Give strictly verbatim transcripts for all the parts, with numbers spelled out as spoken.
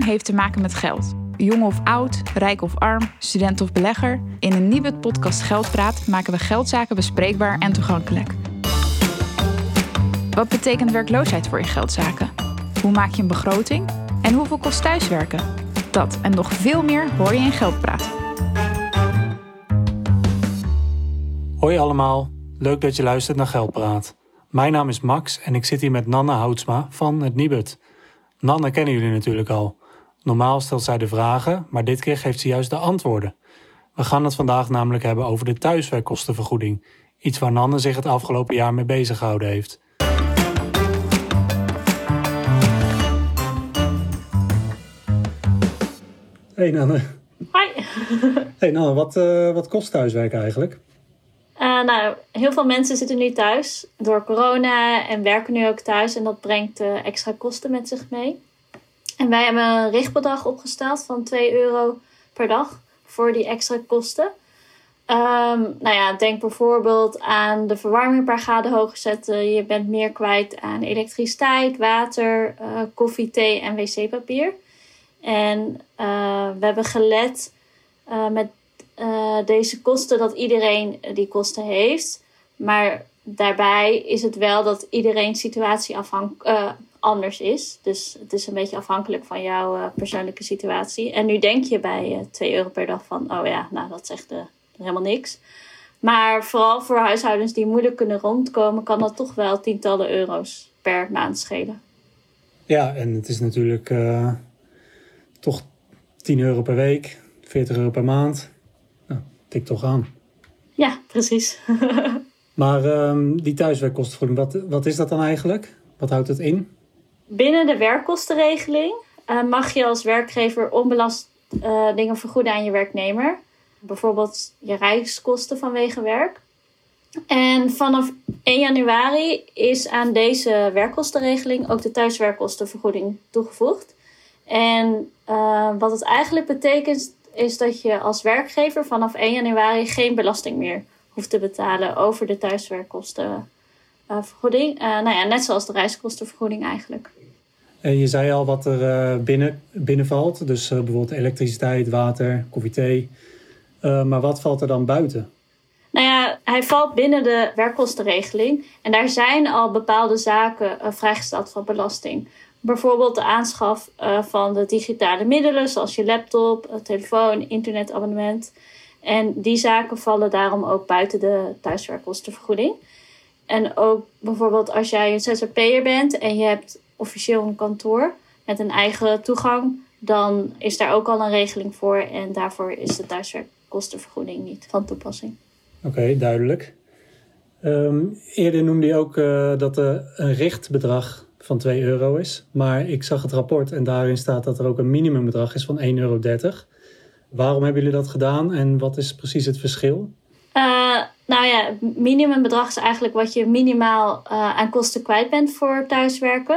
Iedereen heeft te maken met geld. Jong of oud, rijk of arm, student of belegger. In een nieuwe podcast Geldpraat maken we geldzaken bespreekbaar en toegankelijk. Wat betekent werkloosheid voor je geldzaken? Hoe maak je een begroting? En hoeveel kost thuiswerken? Dat en nog veel meer hoor je in Geldpraat. Hoi allemaal, leuk dat je luistert naar Geldpraat. Mijn naam is Max en ik zit hier met Nanne Houtsma van het Nibud. Nanne kennen jullie natuurlijk al. Normaal stelt zij de vragen, maar dit keer geeft ze juist de antwoorden. We gaan het vandaag namelijk hebben over de thuiswerkkostenvergoeding. Iets waar Nanne zich het afgelopen jaar mee bezig gehouden heeft. Hey Nanne. Hoi. Hey Nanne, wat, uh, wat kost thuiswerken eigenlijk? Uh, nou, heel veel mensen zitten nu thuis door corona en werken nu ook thuis. En dat brengt uh, extra kosten met zich mee. En wij hebben een richtbedrag opgesteld van twee euro per dag voor die extra kosten. Um, nou ja, denk bijvoorbeeld aan de verwarming een paar graden hoger zetten. Je bent meer kwijt aan elektriciteit, water, uh, koffie, thee en wc-papier. En uh, we hebben gelet uh, met uh, deze kosten dat iedereen die kosten heeft. Maar daarbij is het wel dat iedereen's situatie afhank- uh, anders is. Dus het is een beetje afhankelijk van jouw uh, persoonlijke situatie. En nu denk je bij uh, twee euro per dag van, oh ja, nou dat is echt uh, helemaal niks. Maar vooral voor huishoudens die moeilijk kunnen rondkomen, kan dat toch wel tientallen euro's per maand schelen. Ja, en het is natuurlijk uh, toch tien euro per week, veertig euro per maand. Nou, tik toch aan. Ja, precies. Maar um, die thuiswerkkostenvergoeding, wat, wat is dat dan eigenlijk? Wat houdt het in? Binnen de werkkostenregeling uh, mag je als werkgever onbelast uh, dingen vergoeden aan je werknemer. Bijvoorbeeld je reiskosten vanwege werk. En vanaf één januari is aan deze werkkostenregeling ook de thuiswerkkostenvergoeding toegevoegd. En uh, wat het eigenlijk betekent is dat je als werkgever vanaf één januari geen belasting meer hoeft te betalen over de thuiswerkkostenvergoeding. Uh, uh, nou ja, net zoals de reiskostenvergoeding eigenlijk. En je zei al wat er uh, binnen, binnenvalt. Dus uh, bijvoorbeeld elektriciteit, water, koffie, thee. Uh, maar wat valt er dan buiten? Nou ja, hij valt binnen de werkkostenregeling. En daar zijn al bepaalde zaken uh, vrijgesteld van belasting. Bijvoorbeeld de aanschaf uh, van de digitale middelen, zoals je laptop, uh, telefoon, internetabonnement. En die zaken vallen daarom ook buiten de thuiswerkkostenvergoeding. En ook bijvoorbeeld als jij een Z Z P'er bent en je hebt officieel een kantoor met een eigen toegang, dan is daar ook al een regeling voor en daarvoor is de thuiswerkkostenvergoeding niet van toepassing. Oké, okay, duidelijk. Um, eerder noemde je ook uh, dat er een richtbedrag van twee euro is. Maar ik zag het rapport en daarin staat dat er ook een minimumbedrag is van één euro dertig. Waarom hebben jullie dat gedaan en wat is precies het verschil? Uh, nou ja, het minimumbedrag is eigenlijk wat je minimaal uh, aan kosten kwijt bent voor thuiswerken.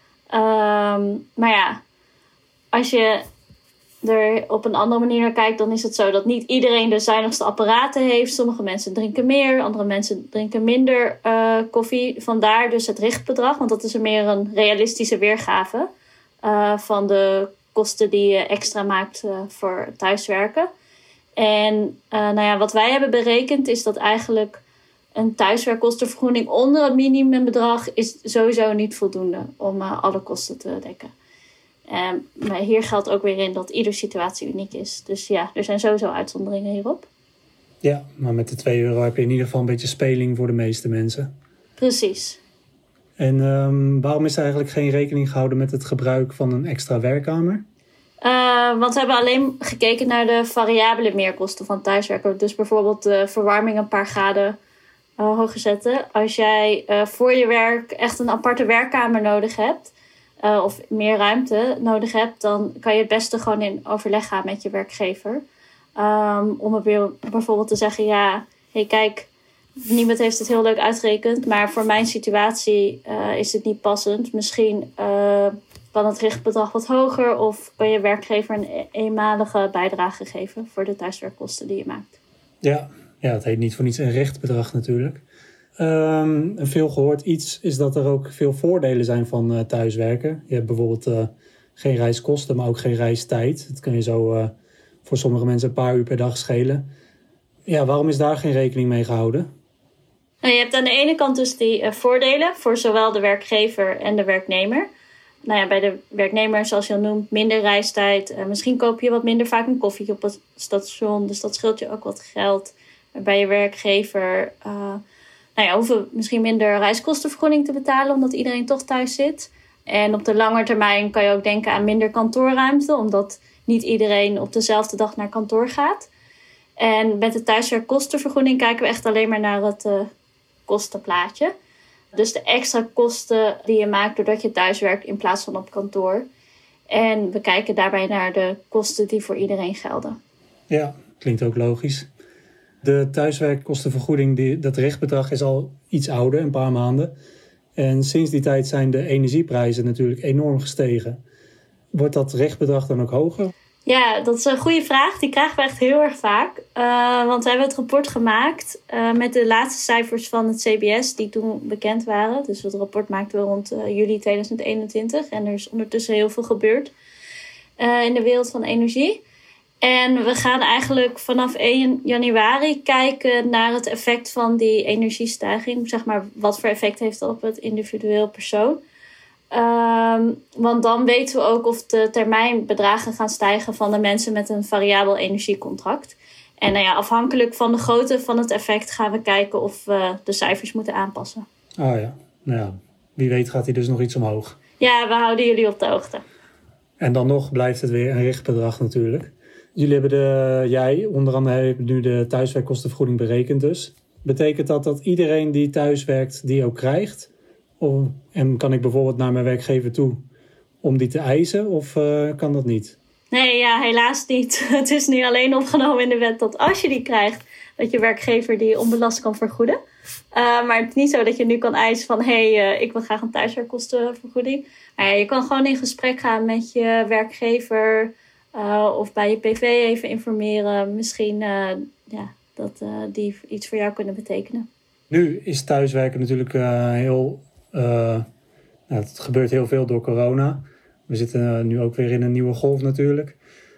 Um, maar ja, als je er op een andere manier naar kijkt, dan is het zo dat niet iedereen de zuinigste apparaten heeft. Sommige mensen drinken meer, andere mensen drinken minder uh, koffie. Vandaar dus het richtbedrag, want dat is een meer een realistische weergave uh, van de kosten die je extra maakt uh, voor thuiswerken. En uh, nou ja, wat wij hebben berekend is dat eigenlijk een thuiswerkkostenvergoeding onder het minimumbedrag is sowieso niet voldoende om uh, alle kosten te dekken. Um, maar hier geldt ook weer in dat iedere situatie uniek is. Dus ja, er zijn sowieso uitzonderingen hierop. Ja, maar met de twee euro heb je in ieder geval een beetje speling voor de meeste mensen. Precies. En um, waarom is er eigenlijk geen rekening gehouden met het gebruik van een extra werkkamer? Uh, want we hebben alleen gekeken naar de variabele meerkosten van thuiswerken. Dus bijvoorbeeld de verwarming een paar graden uh, hoger zetten. Als jij uh, voor je werk echt een aparte werkkamer nodig hebt, Uh, of meer ruimte nodig hebt, dan kan je het beste gewoon in overleg gaan met je werkgever. Um, om het weer bijvoorbeeld te zeggen, ja, hey, kijk, niemand heeft het heel leuk uitgerekend, maar voor mijn situatie uh, is het niet passend. Misschien uh, kan het richtbedrag wat hoger of kan je werkgever een eenmalige bijdrage geven voor de thuiswerkkosten die je maakt. Ja, ja, het heet niet voor niets een richtbedrag natuurlijk. Um, veel gehoord iets is dat er ook veel voordelen zijn van uh, thuiswerken. Je hebt bijvoorbeeld uh, geen reiskosten, maar ook geen reistijd. Dat kun je zo uh, voor sommige mensen een paar uur per dag schelen. Ja, waarom is daar geen rekening mee gehouden? Nou, je hebt aan de ene kant dus die uh, voordelen voor zowel de werkgever en de werknemer. Nou ja, bij de werknemer, zoals je al noemt, minder reistijd. Uh, misschien koop je wat minder vaak een koffie op het station, dus dat scheelt je ook wat geld. Bij je werkgever uh, nou ja, hoef je misschien minder reiskostenvergoeding te betalen, omdat iedereen toch thuis zit. En op de lange termijn kan je ook denken aan minder kantoorruimte, omdat niet iedereen op dezelfde dag naar kantoor gaat. En met de thuiswerkkostenvergoeding kijken we echt alleen maar naar het uh, kostenplaatje. Dus de extra kosten die je maakt doordat je thuis werkt in plaats van op kantoor. En we kijken daarbij naar de kosten die voor iedereen gelden. Ja, klinkt ook logisch. De thuiswerkkostenvergoeding, die, dat richtbedrag is al iets ouder, een paar maanden. En sinds die tijd zijn de energieprijzen natuurlijk enorm gestegen. Wordt dat richtbedrag dan ook hoger? Ja, dat is een goede vraag. Die krijgen we echt heel erg vaak. Uh, want we hebben het rapport gemaakt uh, met de laatste cijfers van het C B S die toen bekend waren. Dus het rapport maakten we rond uh, juli tweeduizend eenentwintig. En er is ondertussen heel veel gebeurd uh, in de wereld van energie. En we gaan eigenlijk vanaf één januari kijken naar het effect van die energiestijging. Zeg maar, wat voor effect heeft dat op het individueel persoon. Um, want dan weten we ook of de termijnbedragen gaan stijgen van de mensen met een variabel energiecontract. En nou ja, afhankelijk van de grootte van het effect gaan we kijken of we de cijfers moeten aanpassen. Ah ja, nou ja, wie weet gaat hij dus nog iets omhoog. Ja, we houden jullie op de hoogte. En dan nog blijft het weer een richtbedrag natuurlijk. Jullie hebben de, jij onder andere hebt nu de thuiswerkkostenvergoeding berekend dus. Betekent dat dat iedereen die thuiswerkt die ook krijgt? Of, en kan ik bijvoorbeeld naar mijn werkgever toe om die te eisen of uh, kan dat niet? Nee, ja, helaas niet. Het is nu alleen opgenomen in de wet dat als je die krijgt, dat je werkgever die onbelast kan vergoeden. Uh, maar het is niet zo dat je nu kan eisen van, hé, hey, uh, ik wil graag een thuiswerkkostenvergoeding. Maar ja, je kan gewoon in gesprek gaan met je werkgever uh, of bij je P V even informeren. Misschien uh, ja, dat uh, die iets voor jou kunnen betekenen. Nu is thuiswerken natuurlijk uh, heel... Uh, nou, het gebeurt heel veel door corona. We zitten uh, nu ook weer in een nieuwe golf natuurlijk.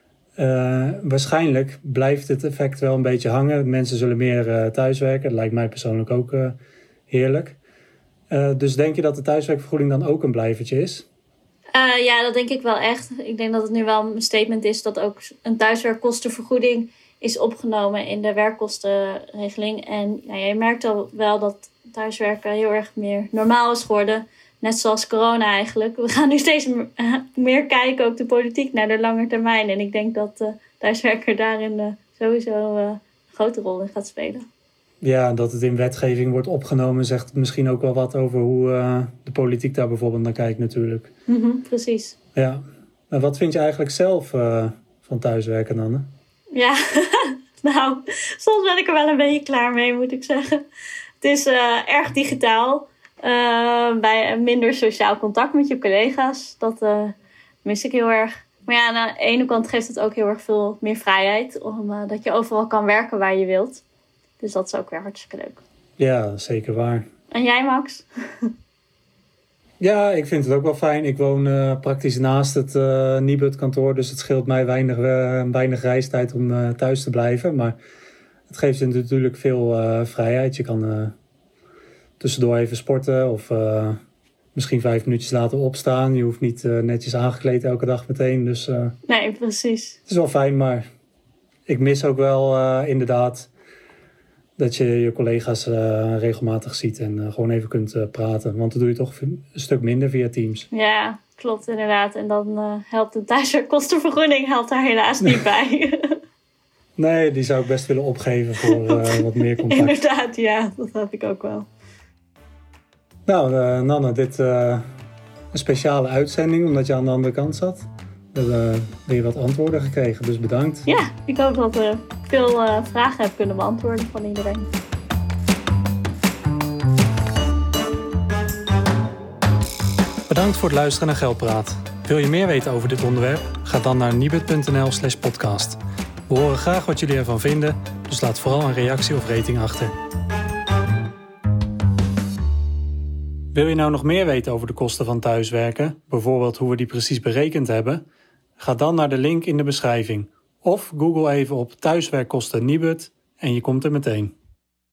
Uh, waarschijnlijk blijft het effect wel een beetje hangen. Mensen zullen meer uh, thuiswerken. Dat lijkt mij persoonlijk ook uh, heerlijk. Uh, dus denk je dat de thuiswerkvergoeding dan ook een blijvertje is? Uh, ja, dat denk ik wel echt. Ik denk dat het nu wel een statement is dat ook een thuiswerkkostenvergoeding is opgenomen in de werkkostenregeling. En ja, je merkt al wel dat thuiswerken heel erg meer normaal is geworden. Net zoals corona eigenlijk. We gaan nu steeds meer kijken, ook de politiek, naar de lange termijn. En ik denk dat uh, thuiswerker daarin uh, sowieso uh, een grote rol in gaat spelen. Ja, dat het in wetgeving wordt opgenomen zegt misschien ook wel wat over hoe uh, de politiek daar bijvoorbeeld naar kijkt natuurlijk. Mm-hmm, precies. Ja. En wat vind je eigenlijk zelf uh, van thuiswerken dan? Ja, nou, soms ben ik er wel een beetje klaar mee, moet ik zeggen. Het is uh, erg digitaal. Uh, bij minder sociaal contact met je collega's. Dat uh, mis ik heel erg. Maar ja, aan de ene kant geeft het ook heel erg veel meer vrijheid. Omdat uh, je overal kan werken waar je wilt. Dus dat is ook weer hartstikke leuk. Ja, zeker waar. En jij, Max? Ja, ik vind het ook wel fijn. Ik woon uh, praktisch naast het uh, Nibud kantoor. Dus het scheelt mij weinig, uh, weinig reistijd om uh, thuis te blijven. Maar het geeft je natuurlijk veel uh, vrijheid. Je kan uh, tussendoor even sporten of uh, misschien vijf minuutjes later opstaan. Je hoeft niet uh, netjes aangekleed elke dag meteen. Dus, uh, nee, precies. Het is wel fijn, maar ik mis ook wel uh, inderdaad dat je je collega's uh, regelmatig ziet en uh, gewoon even kunt uh, praten. Want dat doe je toch een stuk minder via Teams. Ja, klopt inderdaad. En dan uh, helpt de thuiswerkkostenvergoeding helpt daar helaas niet bij. Nee, die zou ik best willen opgeven voor uh, wat meer contact. Inderdaad, ja, dat heb ik ook wel. Nou, uh, Nanne, dit uh, een speciale uitzending omdat je aan de andere kant zat. We hebben uh, weer wat antwoorden gekregen, dus bedankt. Ja, ik hoop dat we veel uh, vragen heb kunnen beantwoorden van iedereen. Bedankt voor het luisteren naar Geldpraat. Wil je meer weten over dit onderwerp? Ga dan naar nibud.nl slash podcast. We horen graag wat jullie ervan vinden, dus laat vooral een reactie of rating achter. Wil je nou nog meer weten over de kosten van thuiswerken, bijvoorbeeld hoe we die precies berekend hebben? Ga dan naar de link in de beschrijving of google even op thuiswerkkosten Nibud en je komt er meteen.